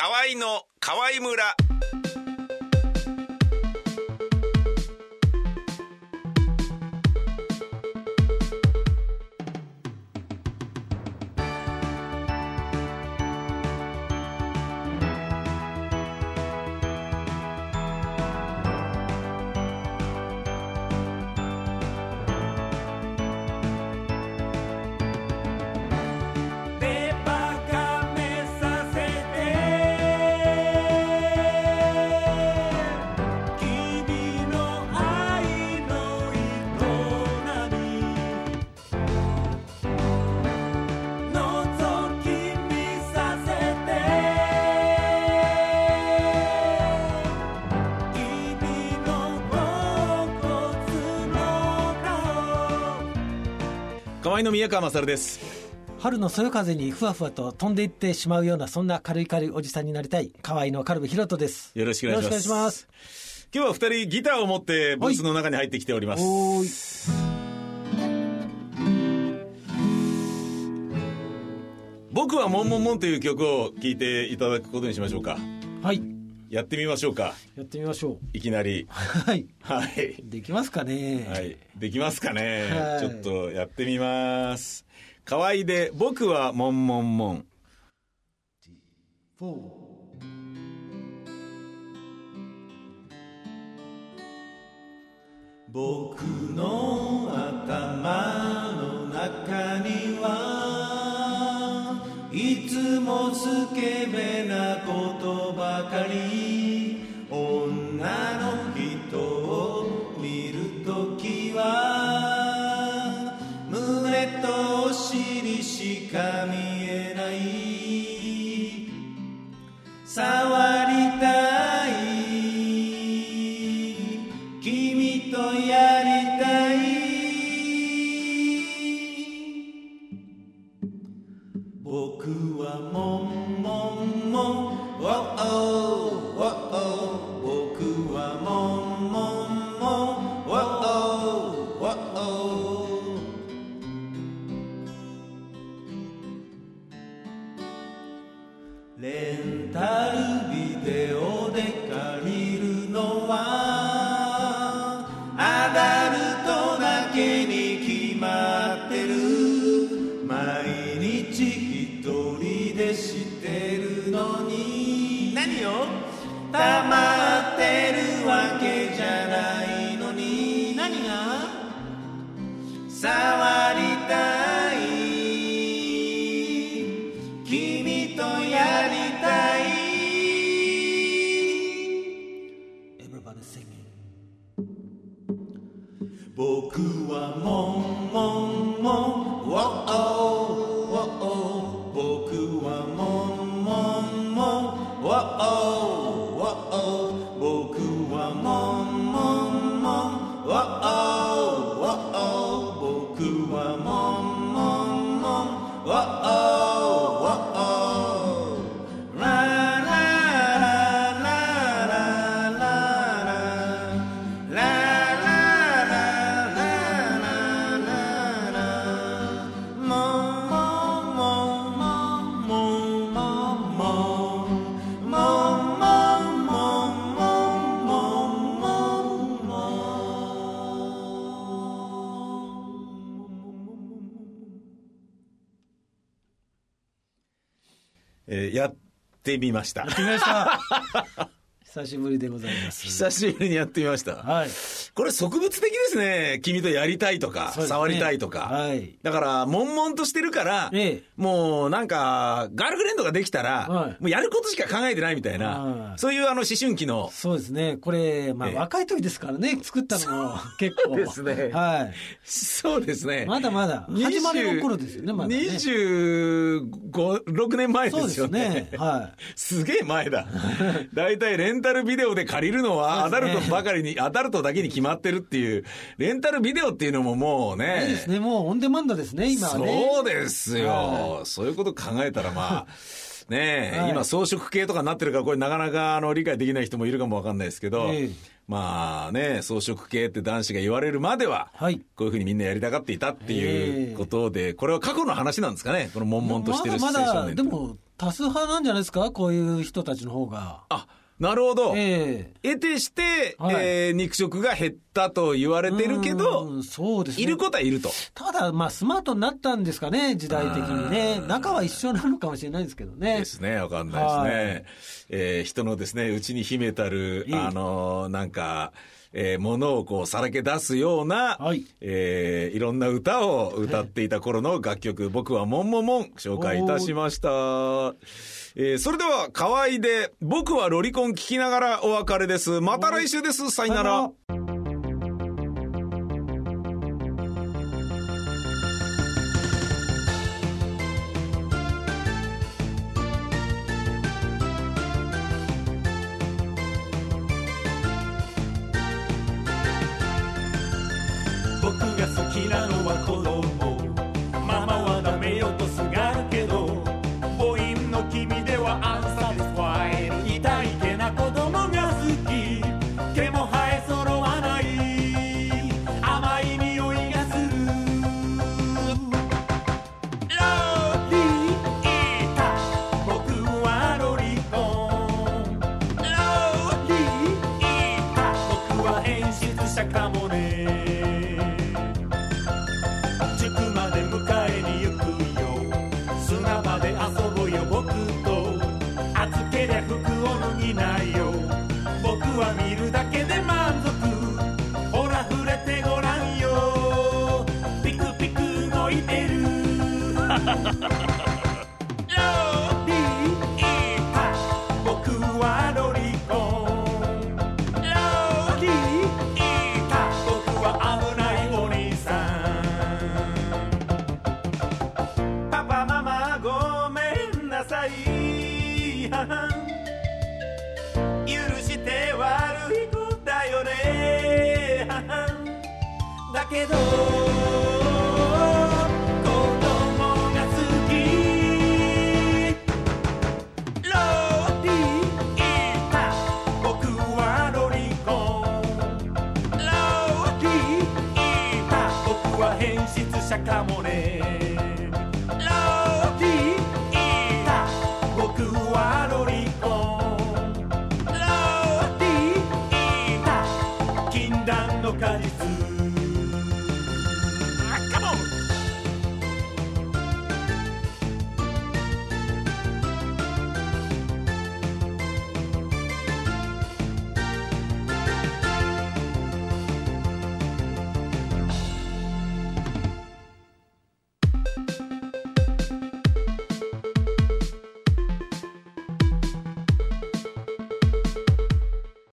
河合の河合村。 河合の宮川勝です。 春のそよ風にふわふわと飛んでいってしまうような、そんな軽いおじさんになりたい河合の軽部博人です。 よろしくお願いします。今日は2人ギターを持ってブースの中に入ってきております。 おい。 僕はモンモンモンという曲を聴いていただくことにしましょうか。 はい、 やってみましょうか。 やってみましょう。 いきなりはい、 はい、 できますかね。 はい、できますかね、 はい、 ちょっとやってみます。河合で僕はモンモンモン。 僕の頭の中にはいつもスケベなことばかり。女の人を見るときは胸とお尻しか見えない。触りたい、君とやりたい。僕はモンモンモン、ウォッオーウォッオー。僕はモンモンモン、ウォッオーウォッオー。レンタルビデオで借りるのはアダルトだけに決まってる。毎日一人でしてるのに何を溜まってるわけじゃないのに。何が触りたい、君とやりたい。 Everybody singing。 僕はモンモンモン、ウォッオーウォッオー。僕はモンモンモン、ウォッオーウォッオー。僕はモンモンモン、ウォッオーウォッオー。僕はモンモンモン、ウォッオーウォッオー。ララララララララやってみました。 やってみました久しぶりでございます。 久しぶりにやってみました。 はい。 これ植物的ですね。君とやりたいとか、 ね、 触りたいとか。 はい。 だから、悶々としてるから、もうなんか、ガールフレンドができたら、もうやることしか考えてないみたいな、そういう思春期の。 そうですね。これ、まあ若い時ですからね、作ったのも結構。 そうですね。 はい。 そうですね。 まだまだ、始まりの頃ですよね、まだね。 25、6年前ですよね。 そうですね。はい。 すげえ前だ。だいたいレンタルビデオで借りるのは、アダルトばかりに、アダルトだけに決まってるっていう、レンタルビデオっていうのももうね。 いいですね。もうオンデマンドですね、今はね。 そうですよ。そういうこと考えたらまあ、ねえ、はい、今装飾系とかになってるからこれなかなか理解できない人もいるかもわかんないですけど、まあね、装飾系って男子が言われるまでは、はい、こういうふうにみんなやりたがっていたっていうことで、これは過去の話なんですかね、この悶々としてるシチュエーションで。 まだでも多数派なんじゃないですか、こういう人たちの方が。 あ、なるほど。得てして、肉食が減ったと言われてるけど、 そうですね、 いることはいると。 ただ、まあ、スマートになったんですかね、時代的にね。中は一緒なのかもしれないですけどね。 ですね、わかんないですね。人のですね、内に秘めたる、なんか、ものをこうさらけ出すような、いろんな歌を歌っていた頃の楽曲、僕はもんももん紹介いたしました。それでは河合で僕はロリコン聞きながらお別れです。また来週です。さよなら。 僕が好きなのは子供、ママはダメよとすがるけど、母音の君ではアンサティスファイル、痛いけな子供が好き、毛も生え揃わない甘い匂いがする。ロリータ、僕はロリコン。ロリータ、僕は変質者かもね。僕は見るだけで満足、ほら触れてごらんよ、ピクピク動いてるロリータ、僕はロリコン。ロリータ、僕は危ないお兄さん。パパママごめんなさい、許して悪い子だよね。だけど子供が好き。ロリータ、僕はロリコン。ロリータ、僕は変質者かもね。ロリータ、僕はロリコン。禁断の果実